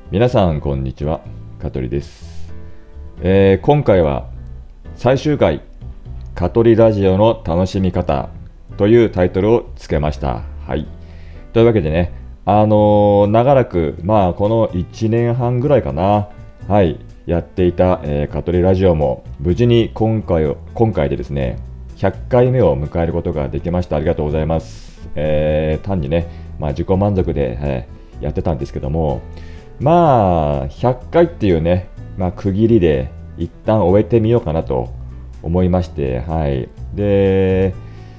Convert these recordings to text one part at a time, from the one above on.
皆さんこんにちは、香取です。今回は最終回香取ラジオの楽しみ方というタイトルをつけました。はい。というわけでね、長らくこの1年半ぐらいかな、はい、やっていた、香取ラジオも無事に今回でですね、100回目を迎えることができました。ありがとうございます。単にね、自己満足で、やってたんですけども。100回っていうね、区切りで一旦終えてみようかなと思いまして、はい。で、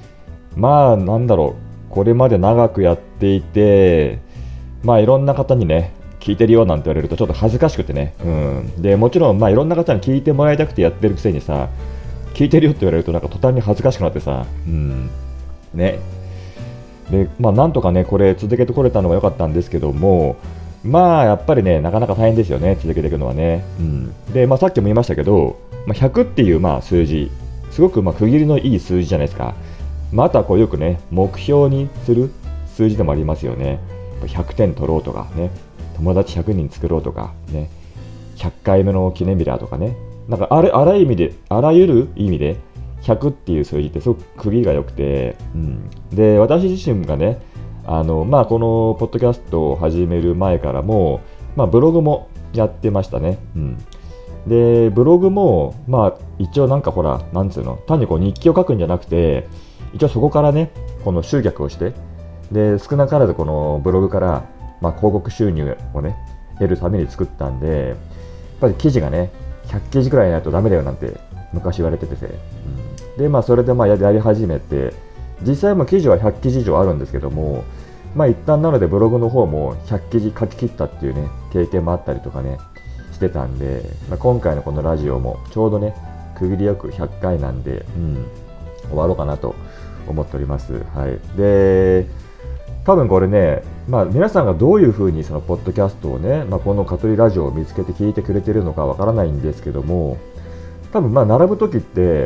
これまで長くやっていて、いろんな方にね、聞いてるよなんて言われるとちょっと恥ずかしくてね、で、もちろん、いろんな方に聞いてもらいたくてやってるくせにさ、聞いてるよって言われるとなんか途端に恥ずかしくなってさ、ね。で、なんとかね、これ続けてこれたのが良かったんですけども、やっぱりね、なかなか大変ですよね、続けていくのはね。で、さっきも言いましたけど、100っていう数字、すごく区切りのいい数字じゃないですか。あとはよくね、目標にする数字でもありますよね。100点取ろうとかね、友達100人作ろうとかね、100回目の記念日だとかね、なんかあらゆる意味で100っていう数字ってすごく区切りが良くて、で、私自身がね、このポッドキャストを始める前からも、ブログもやってましたね。で、ブログも、一応なんつうの、単に日記を書くんじゃなくて、一応そこからね、この集客をして、で、少なからずこのブログから、広告収入をね、得るために作ったんで、やっぱり記事がね、100記事くらいないとダメだよなんて昔言われてて、で、それでやり始めて、実際も記事は100記事以上あるんですけども、一旦なのでブログの方も100記事書き切ったっていうね、経験もあったりとかね、してたんで、今回のこのラジオもちょうどね、区切りよく100回なんで、終わろうかなと思っております。はい。で、多分これね、皆さんがどういうふうにそのポッドキャストをね、この香取ラジオを見つけて聞いてくれてるのかわからないんですけども、多分並ぶときって、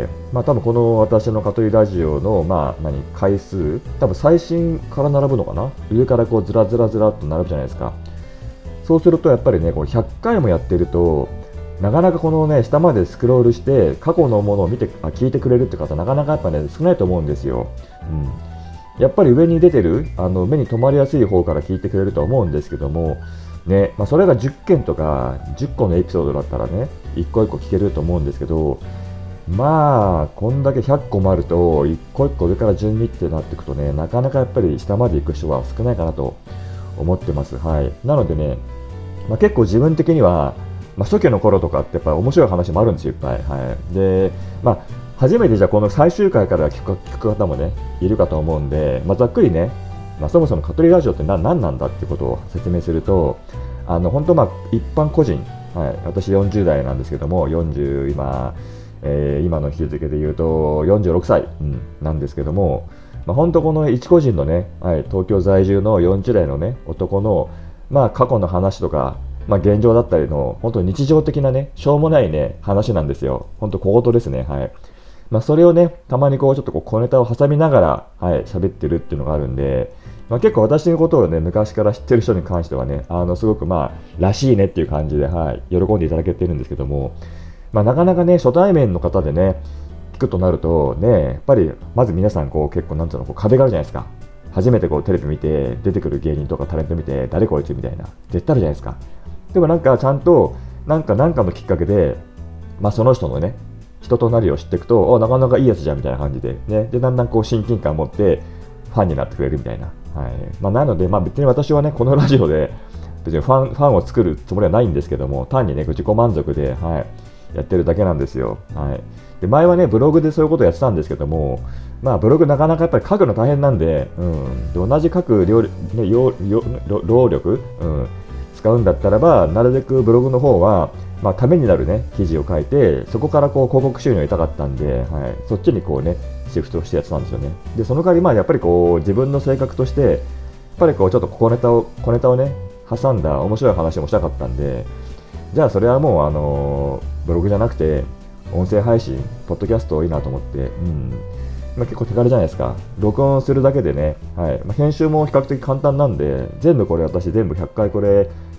多分この私の香取ラジオの回数、多分最新から並ぶのかな、上からこうずらずらずらっと並ぶじゃないですか。そうするとやっぱりね、こう100回もやってると、なかなかこのね、下までスクロールして過去のものを聞いてくれるって方、なかなかやっぱね、少ないと思うんですよ。やっぱり上に出てる、目に留まりやすい方から聞いてくれるとは思うんですけども、ね、それが10件とか10個のエピソードだったらね、一個一個聞けると思うんですけど、こんだけ100個もあると、一個一個上から順にってなっていくとね、なかなかやっぱり下まで行く人は少ないかなと思ってます。はい。なのでね、結構自分的には、初期の頃とかってやっぱり面白い話もあるんですよ、いっぱい。はい。で、初めてじゃあこの最終回から聞く方もね、いるかと思うんで、ざっくりね、そもそも香取ラジオって何なんだってことを説明すると、本当一般個人、はい、私40代なんですけども、40今の日付で言うと46歳、なんですけども、本当この一個人のね、はい、東京在住の40代のね、男の、過去の話とか、現状だったりの、本当日常的なね、しょうもないね、話なんですよ。本当小言ですね。はい。それをね、たまにちょっと小ネタを挟みながら、はい、喋ってるっていうのがあるんで、結構私のことをね、昔から知ってる人に関してはね、すごくらしいねっていう感じで、はい、喜んでいただけてるんですけども、なかなかね、初対面の方でね、聞くとなると、ね、やっぱり、まず皆さん、結構、なんていうの、壁があるじゃないですか。初めてテレビ見て、出てくる芸人とかタレント見て、誰こいつみたいな、絶対あるじゃないですか。でもちゃんと、なんかのきっかけで、その人のね、人となりを知っていくと、なかなかいいやつじゃんみたいな感じで、ね、で、だんだん親近感を持って、ファンになってくれるみたいな。はい。なので、別に私はね、このラジオで、別にファンを作るつもりはないんですけども、単にね、自己満足で、はい、やってるだけなんですよ。はい。で、前はね、ブログでそういうことをやってたんですけども、ブログなかなかやっぱり書くの大変なんで、で同じ書く労力、使うんだったらば、なるべくブログの方は、ためになるね、記事を書いて、そこから広告収入を得たかったんで、はい、そっちにね、シフトしてやってたんですよね。で、その代わりやっぱり自分の性格として、やっぱりちょっと小ネタをね、挟んだ面白い話もしたかったんで、じゃあそれはもう、ブログじゃなくて、音声配信、ポッドキャストいいなと思って、結構手軽じゃないですか。録音するだけでね、はい。編集も比較的簡単なんで、私全部100回これ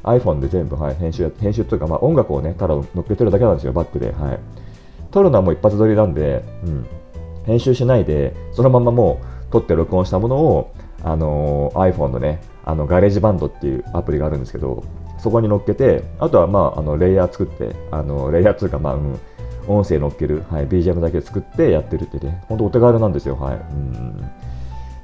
iPhone で全部、はい、編集というか、まあ、音楽をねただ乗っけてるだけなんですよ、バックで。はい、撮るのはもう一発撮りなんで、編集しないでそのままもう撮って録音したものを、iPhone のねガレージバンドっていうアプリがあるんですけど、そこに乗っけて、あとは、まあ、レイヤー作って、レイヤーというか、まあ音声乗っける、はい、BGM だけ作ってやってるってね、本当お手軽なんですよ。はい、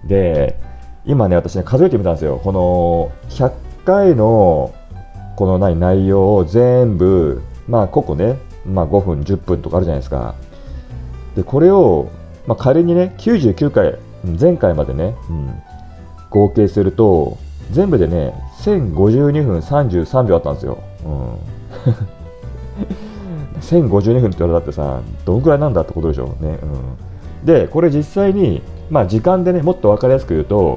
で今ね、私ね数えてみたんですよ。この100回のこの内容を全部、まあ個々ね、まあ、5分10分とかあるじゃないですか。でこれを、まあ、仮にね99回前回までね、合計すると全部でね1052分33秒あったんですよ。1052分って言われたってさ、どのくらいなんだってことでしょうね。でこれ実際に、まあ、時間でねもっと分かりやすく言うと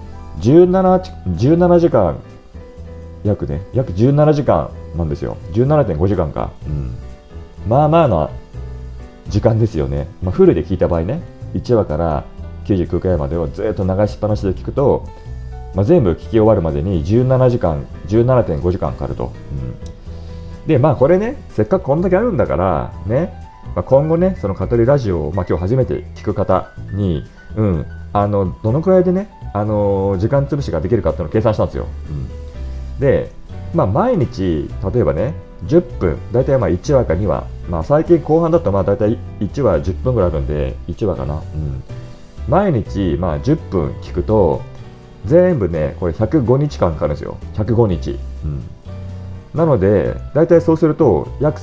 17時間、約17時間なんですよ。17.5 時間か、まあまあな時間ですよね。まあ、フルで聞いた場合ね、1話から99回までをずっと流しっぱなしで聞くと、まあ、全部聞き終わるまでに17時間 17.5 時間かかると、でまあこれね、せっかくこんだけあるんだからね、まあ、今後ねそのカトリラジオを、まあ、今日初めて聞く方に、どのくらいでね、時間潰しができるかっていうのを計算したんですよ。で、まあ、毎日例えばね10分、だいたいまあ1話か2話、まあ、最近後半だとまあだいたい1話10分ぐらいあるんで1話かな、毎日まあ10分聞くと全部ねこれ105日間かかるんですよ。105日、なのでだいたいそうすると約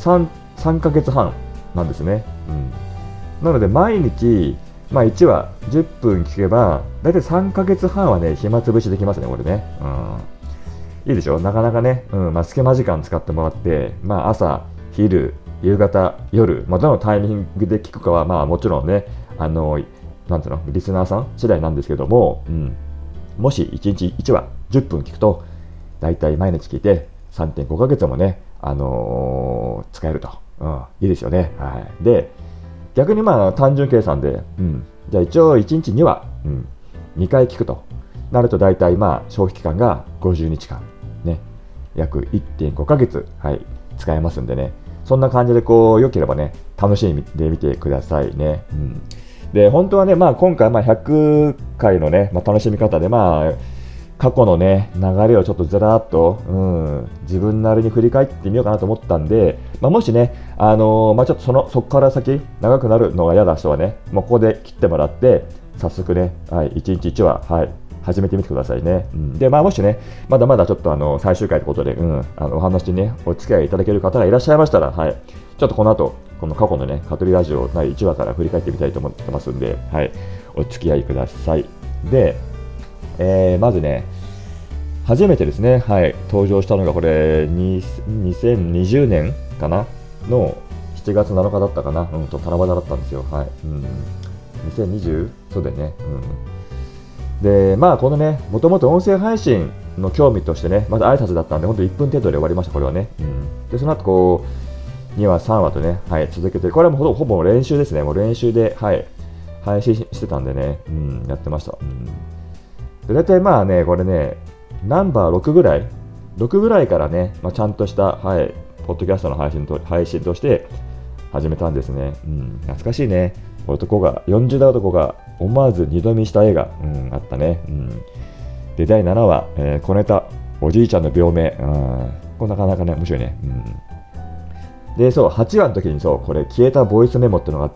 3ヶ月半なんですね。なので毎日、まあ、1話10分聞けばだいたい3ヶ月半はね暇つぶしできますね、これね。いいでしょ、なかなかね、まあ、隙間時間使ってもらって、まあ、朝、昼、夕方、夜、まあ、どのタイミングで聞くかは、まあ、もちろんね、なんていうの、リスナーさん次第なんですけども、もし1日1話10分聞くと、だいたい毎日聞いて 3.5 ヶ月もね、使えると、いいですよね。はい、で、逆にまあ単純計算で、じゃあ一応1日2話、2回聞くとなると、だいたいまあ消費期間が50日間。約 1.5 ヶ月、使えますんでね、そんな感じでこう良ければね楽しんでみてくださいね。で本当はね、まあ、今回まあ100回のね、まあ、楽しみ方で、まあ、過去のね流れをちょっとずらっと、自分なりに振り返ってみようかなと思ったんで、まあ、もしね、まあ、ちょっとそこから先長くなるのが嫌な人はね、もうここで切ってもらって早速ね、1日1話、始めてみてくださいね。で、まあ、もしね、まだまだちょっと最終回ということで、お話にね、お付き合いいただける方がいらっしゃいましたら、ちょっとこの後、この過去のね、カトリラジオ第1話から振り返ってみたいと思ってますんで、お付き合いください。で、まずね、初めてですね、登場したのがこれ、2020年かなの7月7日だったかな、七夕だったんですよ。2020? そうだよね。でまあこのね、もともと音声配信の興味としてね、まず挨拶だったんで、本当1分程度で終わりました、これはね。でその後こう2話、3話とね、続けて、これはもうほぼ練習ですね、もう練習で、配信してたんでね、やってました。で大体まあね、これね、ナンバー6ぐらいからね、まあ、ちゃんとした、ポッドキャストの配信として始めたんですね。懐かしいね。40代男が思わず二度見した映画、あったね。で第7話、小ネタおじいちゃんの病名、これなかなかね面白いね。でそう8話の時にこれ消えたボイスメモっていうのがあって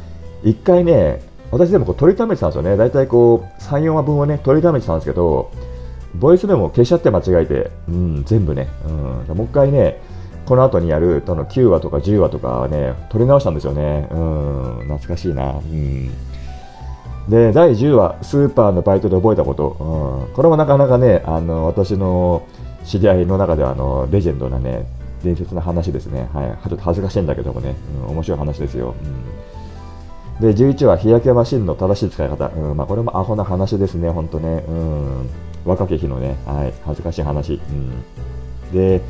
、1回ね私でも取りためてたんですよね。だいたいこう 3,4 話分をね取りためてたんですけど、ボイスメモを消しちゃって間違えて、全部ね、もう一回ねこの後にやる9話とか10話とかはね取り直したんですよね。懐かしいな。で第10話スーパーのバイトで覚えたこと、これもなかなかね私の知り合いの中ではレジェンドなね伝説の話ですね。ちょっと恥ずかしいんだけどもね、面白い話ですよ。で11話日焼けマシンの正しい使い方、まあ、これもアホな話ですね、本当ね。若き日のね、恥ずかしい話。で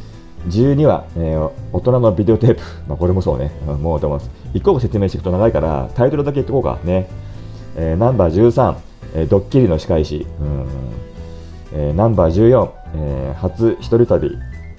12話、大人のビデオテープ、まあ、これもそうね、もうでも一個説明していくと長いからタイトルだけ言っておこうかね。ナンバー13、ドッキリの仕返し、ナンバー14、 初一人旅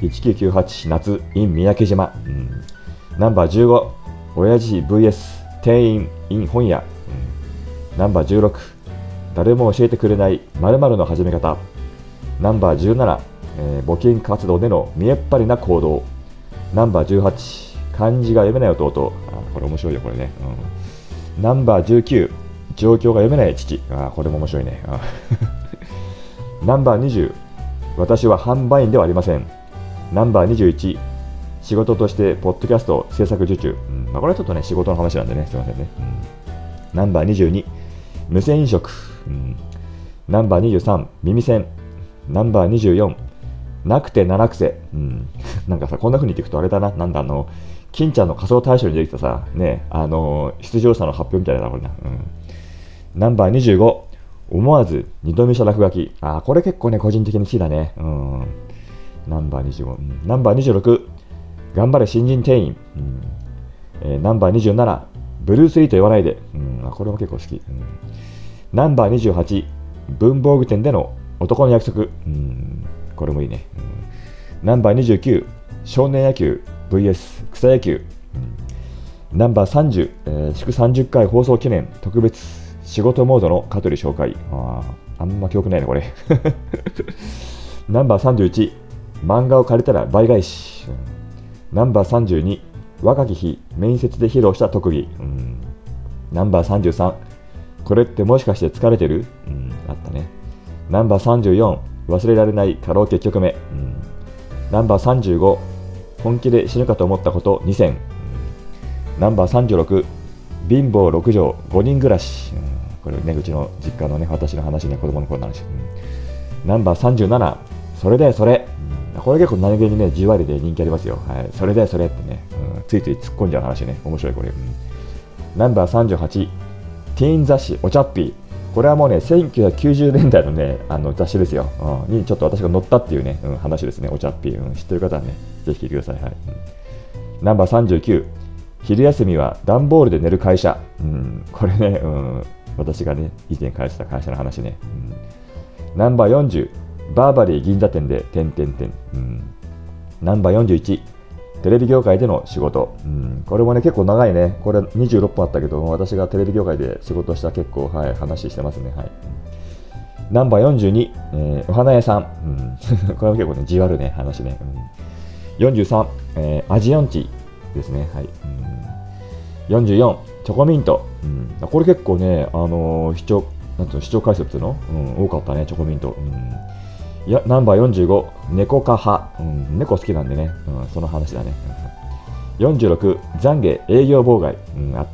1998夏 in 三宅島、ナンバー15親父 vs 店員 in 本屋、ナンバー16誰も教えてくれない〇〇の始め方、ナンバー17、募金活動での見えっ張りな行動、ナンバー18漢字が読めない弟、これ面白いよこれね、ナンバー19状況が読めない父、これも面白いねナンバー20私は販売員ではありません、ナンバー21仕事としてポッドキャスト制作受注、これはちょっとね仕事の話なんでね、すいませんね、ナンバー22無線飲食、ナンバー23耳栓、ナンバー24なくて七癖、なんかさこんな風に言っていくとあれだな、なんだ金ちゃんの仮想大賞に出てきたさね、出場者の発表みたいだなこれな、ナンバー25思わず二度見した落書き、これ結構ね個人的に好きだね、ナンバー25、ナンバー26頑張れ新人店員、ナンバー27ブルース・リーと言わないで、これも結構好き、ナンバー28文房具店での男の約束、これもいいね、ナンバー29少年野球 vs 草野球、ナンバー30、祝30回放送記念特別仕事モードの香取紹介、あんま記憶ないねこれナンバー31漫画を借りたら倍返し、ナンバー32若き日面接で披露した特技、ナンバー33これってもしかして疲れてる、あったね。ナンバー34忘れられないカラオケ曲目、ナンバー35本気で死ぬかと思ったこと2000、ナンバー36貧乏6畳5人暮らし、これねうちの実家のね私の話ね、子供の頃の話、ナンバー37それだよそれ、これ結構何気にねじわりで人気ありますよ、それだよそれってね、ついつい突っ込んじゃう話ね、面白いこれ、ナンバー38ティーン雑誌お茶っぴー、これはもうね1990年代のね雑誌ですよ、にちょっと私が載ったっていうね、話ですね、お茶っぴー、知ってる方はねぜひ聞いてください、ナンバー39昼休みは段ボールで寝る会社、これね、私がね以前会社の話ね、ナンバー40バーバリー銀座店でナンバー41テレビ業界での仕事、これもね結構長いね、これ26分あったけど私がテレビ業界で仕事した結構、話してますね、ナンバー42、お花屋さん、これも結構ねじわるね話ね、43、アジアンチですね、44チョコミント、これ結構ね視聴回数っていうの、多かったねチョコミント、ナンバー45猫科派、猫好きなんでね、その話だね、46懺悔営業妨害、あった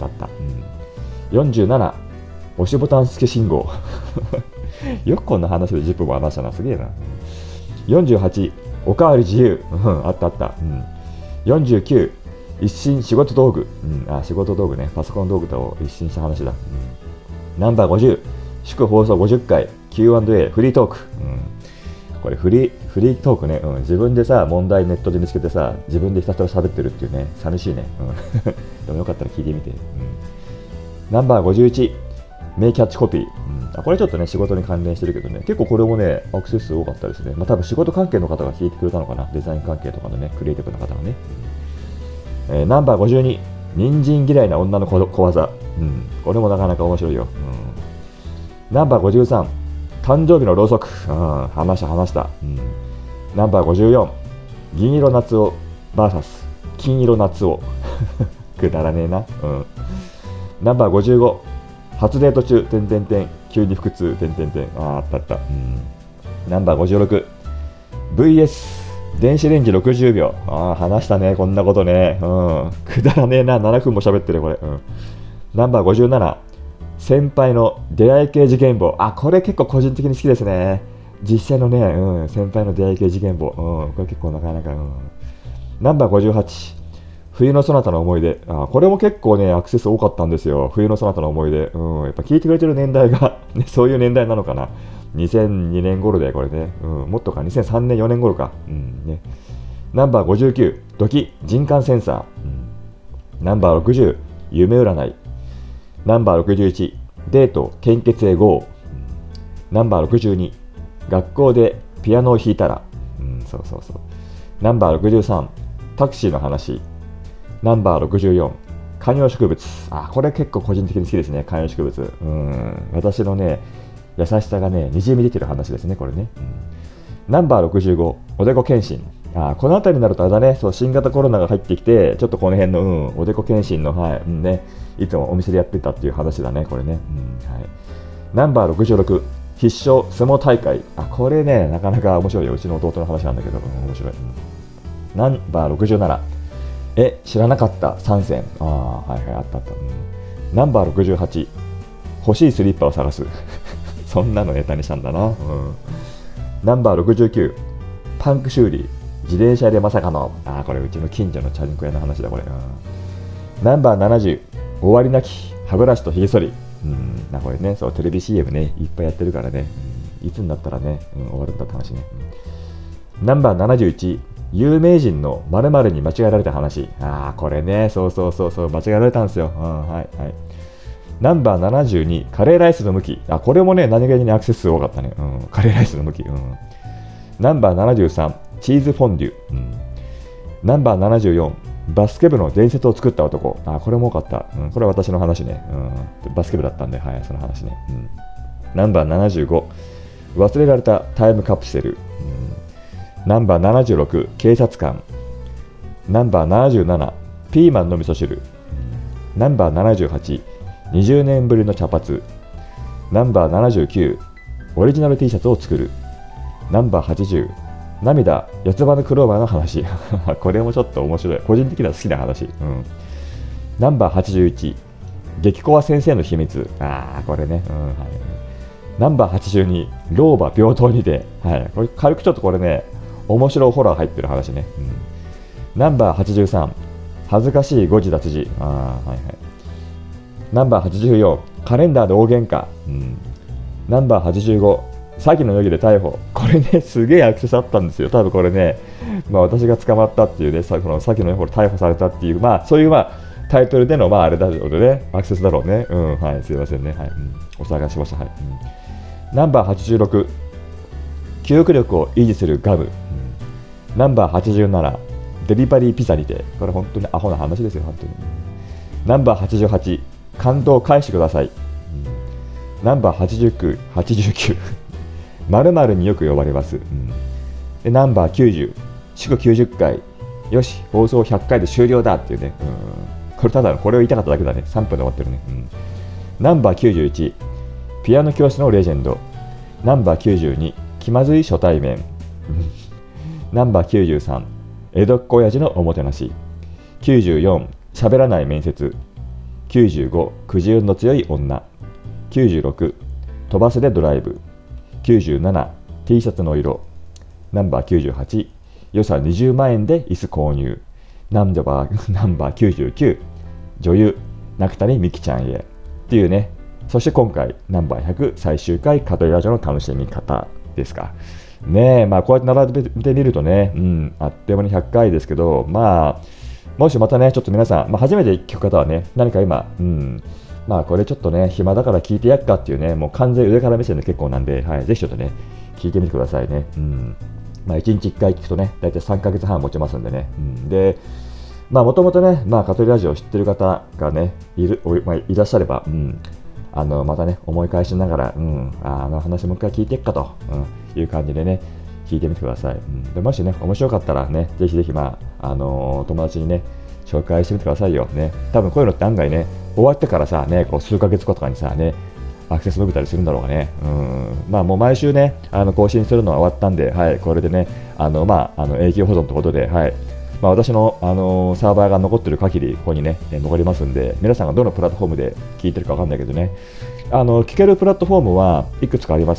、47押しボタン付け信号よくこんな話で10分も話したな、すげえな、48おかわり自由、あった、49一新仕事道具、仕事道具ね、パソコン道具と一新した話だ、ナンバー50祝放送50回 Q&A フリートーク、これフリートークね、自分でさ問題ネットで見つけてさ自分でひたすら喋ってるっていうね、寂しいね、でもよかったら聞いてみて、ナンバー51名キャッチコピー、これちょっとね仕事に関連してるけどね、結構これもねアクセス数多かったですね、多分仕事関係の方が聞いてくれたのかな、デザイン関係とかのねクリエイティブな方がね、ナンバー52人参嫌いな女の小技、これもなかなか面白いよ、ナンバー53誕生日のろうそく、話した、ナンバー54銀色夏男 VS 金色夏男くだらねえな、ナンバー55初デート中急に腹痛あった、ナンバー56 VS 電子レンジ60秒、話したねこんなことね、くだらねえな、7分も喋ってるこれ、ナンバー57先輩の出会い系事件簿、これ結構個人的に好きですね、実際のね、先輩の出会い系事件簿、これ結構なかなか、ナンバー58冬のそなたの思い出、これも結構ねアクセス多かったんですよ、冬のそなたの思い出、やっぱ聞いてくれてる年代が、ね、そういう年代なのかな、2002年頃でこれね、もっとか2003年4年頃か、ね、ナンバー59ドキ人感センサー、ナンバー60夢占い、ナンバー61デート献血へ GO、ナンバー62学校でピアノを弾いたら、 そうそうそう。ナンバー63、タクシーの話。ナンバー64、観葉植物。これ結構個人的に好きですね、観葉植物。私のね、優しさがね、にじみ出てる話ですね、これね。ナンバー65、おでこ検診。この辺りになるとあれだね、そう、新型コロナが入ってきて、ちょっとこの辺の、おでこ検診の、いつもお店でやってたっていう話だね、これね。ナンバー66、必勝相撲大会。これね、なかなか面白いよ。うちの弟の話なんだけど、面白い。ナンバー67、知らなかった3選。あった。ナンバー68、欲しいスリッパを探す。そんなのネタにしたんだな。ナンバー69、パンク修理。自転車でまさかの。これうちの近所のチャリンコ屋の話だ、これ。ナンバー70、終わりなき歯ブラシとひげ剃り。これね、そう、テレビ CM ね、いっぱいやってるからね。いつになったらね、終わるんだって話ね。ナンバー71、有名人の〇〇に間違えられた話。これね、そう、間違えられたんですよ。ナンバー72、カレーライスの向き。これもね、何気にアクセス数多かったね。カレーライスの向き。ナンバー73、チーズフォンデュ。ナンバー74、バスケ部の伝説を作った男。これも多かった。これは私の話ね。バスケ部だったんで、その話ね。ナンバー75、忘れられたタイムカプセル。ナンバー76、警察官。ナンバー77、ピーマンの味噌汁。ナンバー78、20年ぶりの茶髪。ナンバー79、オリジナル T シャツを作る。ナンバー80、涙、四つ葉のクローバーの話。これもちょっと面白い。個人的には好きな話。ナンバー81、激コア先生の秘密。これね。ナンバー82、老婆病棟にて。これ軽くちょっとこれね、面白いホラー入ってる話ね。ナンバー83、恥ずかしい誤字脱字。ナンバー84、カレンダーで大喧嘩。ナンバー85、詐欺の容疑で逮捕。これね、すげえアクセスあったんですよ。多分これね、私が捕まったっていうね、この詐欺の容疑で逮捕されたっていう、そういうタイトルでのあれだろうね、アクセスだろうね。すいませんね。お騒がせしました。ナンバー86、記憶力を維持するガム。ナンバー87、デリバリーピザにて。これ本当にアホな話ですよ、本当に。ナンバー88、感動を返してください。ナンバー89、〇〇によく呼ばれます。でナンバー90、祝90回、よし、放送100回で終了だっていうね。これただのこれを言いたかっただけだね。3分で終わってるね。ナンバー91、ピアノ教室のレジェンド。ナンバー92、気まずい初対面。ナンバー93、江戸っ子親父のおもてなし。94、喋らない面接。95、くじ運の強い女。96、飛ばせでドライブ。97、T シャツの色。ナンバー98、予算20万円で椅子購入。ナンバー99、女優、中谷美紀ちゃんへ。っていうね。そして今回、ナンバー100、最終回、カトリラジオの楽しみ方ですか。ねえ、こうやって並べてみるとね、あっという間に100回ですけど、もしまたね、ちょっと皆さん、初めて聞く方はね、何か今、これちょっとね、暇だから聞いてやっかっていうね、もう完全上から目線で結構なんで、ぜひちょっとね、聞いてみてくださいね。1日1回聞くとね、大体3ヶ月半持ちますんでね。で、もともとね、カトリラジオを知ってる方がね、いらっしゃれば、またね、思い返しながら、あの話もう一回聞いていっかと、いう感じでね、聞いてみてください。でもしね、面白かったらね、ぜひぜひ、友達にね、紹介してみてくださいよ。ね、多分こういうのって案外ね、終わってからさ、ね、こう数ヶ月後とかにさ、ね、アクセス伸びたりするんだろうがね。もう毎週ね、更新するのは終わったんで、これでね、永久保存ということで、私の、サーバーが残っている限り、ここにね、残りますんで、皆さんがどのプラットフォームで聞いてるかわかんないけどね、聞けるプラットフォームはいくつかあります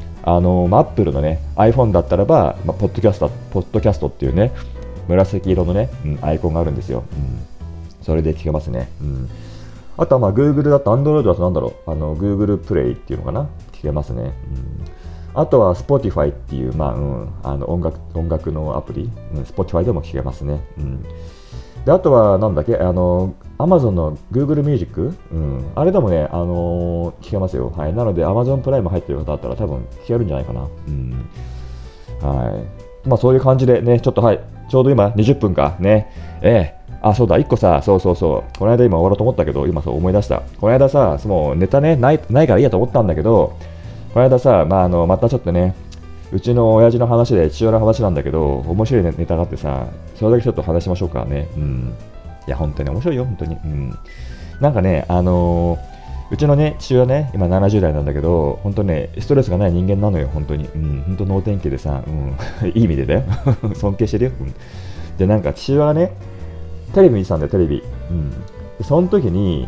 。Apple のね、iPhone だったらば、ポッドキャストっていうね、紫色のね、アイコンがあるんですよ。それで聞けますね。あとはGoogle だと Android だとなんだろう、Google プレイっていうのかな、聞けますね。あとは Spotify っていう、音楽のアプリ、Spotify でも聞けますね。であとはなんだっけ、Amazon の Google Music、あれでもね、聞けますよ。なので Amazon プライム入ってる方だったら多分聞けるんじゃないかな。 まあそういう感じでね、ちょっとはい、ちょうど今20分かね、あ、そうだ、1個さ、そうそうそう、この間今終わろうと思ったけど、今そう思い出した。この間さ、もうネタね、ないからいいやと思ったんだけど、この間さ、またちょっとね、うちの親父の話で、父親の話なんだけど、面白いネタがあってさ、それだけちょっと話しましょうかね。うん。いや、本当に面白いよ、本当に。うん。なんかね、うちのね、父親ね、今70代なんだけど、本当ね、ストレスがない人間なのよ、本当に。うん、本当能天気でさ、うん、いい意味でだよ。尊敬してるよ。うん、で、なんか父親がね、テレビ見てたんだよ、テレビ。うん。でその時に、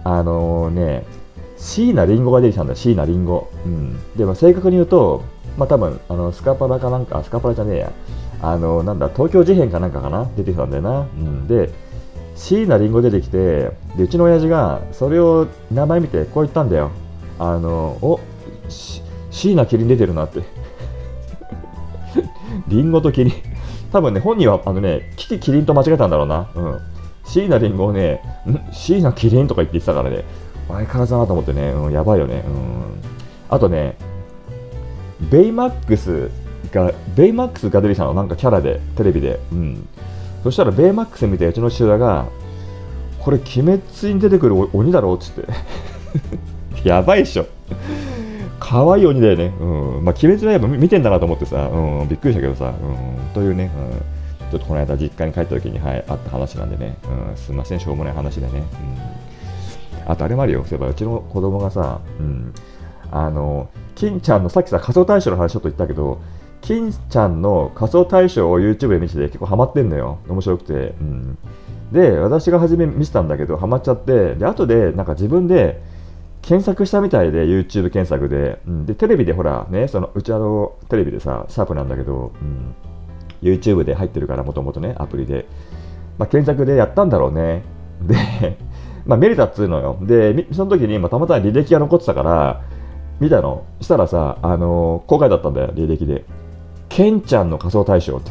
椎名林檎が出てきたんだよ、椎名林檎。うん。で、正確に言うと、多分スカパラかなんか、スカパラじゃねえや。東京事変かなんかかな、出てきたんだよな。うん。で、椎名林檎出てきて、で、うちの親父が、それを名前見て、こう言ったんだよ。椎名キリン出てるなって。リンゴとキリン。多分ね、本人はキリンと間違えたんだろうな。うん。椎名林檎をね、椎名キリンとか言ってたからね、相変わらずだなと思ってね、うん、やばいよね。うん。あとね、ベイマックスが出てきたの、なんかキャラで、テレビで。うん。そしたらベイマックス見て、うちの父親が、これ、鬼滅に出てくる鬼だろっつって。やばいっしょ。可愛い鬼だよね。うん。鬼滅の刃見てんだなと思ってさ、うん、びっくりしたけどさ、うん、というね、うん、ちょっとこの間実家に帰った時に、はい、あった話なんでね、うん、すみません、しょうもない話でね。うん、あとあれもあるよ、そういえばうちの子供がさ、うん、金ちゃんのさっきさ、仮想大賞の話ちょっと言ったけど、金ちゃんの仮想大賞を YouTube で見てて結構ハマってんのよ。面白くて。うん、で、私が初め見てたんだけど、ハマっちゃって、で、後でなんか自分で検索したみたいで、YouTube 検索で。うん、で、テレビでほら、ね、うちテレビでさ、シャープなんだけど、うん、YouTube で入ってるから、もともとね、アプリで。検索でやったんだろうね。で、見れたっつうのよ。で、その時に、たまたま履歴が残ってたから、見たの。したらさ、公開だったんだよ、履歴で。ケンちゃんの仮装大賞って。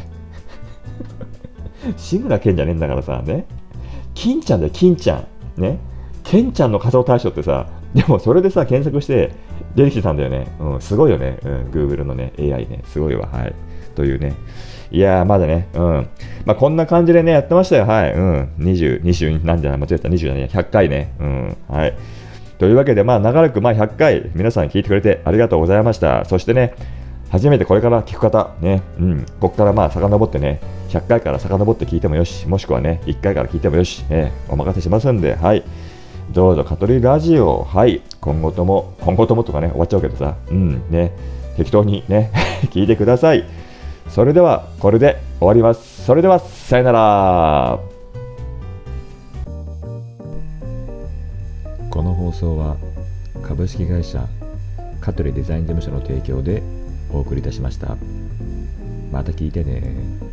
志村けんじゃねえんだからさ、ね。金ちゃんだよ、金ちゃん。ね。ケンちゃんの仮装大賞ってさ、でもそれでさ、検索して出てきてたんだよね。うん、すごいよね。うん、Google のね、AI ね。すごいわ。はい。というね。いやー、まだね。うん。こんな感じでね、やってましたよ。はい。うん。20なんじゃない、間違えた。20じゃない、100回ね。うん。はい。というわけで、長らく100回、皆さん聞いてくれてありがとうございました。そしてね、初めてこれから聞く方、ね、うん、ここから遡ってね、100回から遡って聞いてもよし、もしくはね、1回から聞いてもよし、お任せしますんで、はい。どうぞ、カトリラジオ、はい。今後ともとかね、終わっちゃうけどさ、うん、ね、適当にね、聞いてください。それでは、これで終わります。それでは、さよなら。 この放送は株式会社香取デザイン事務所の提供でお送りいたしました。また聞いてね。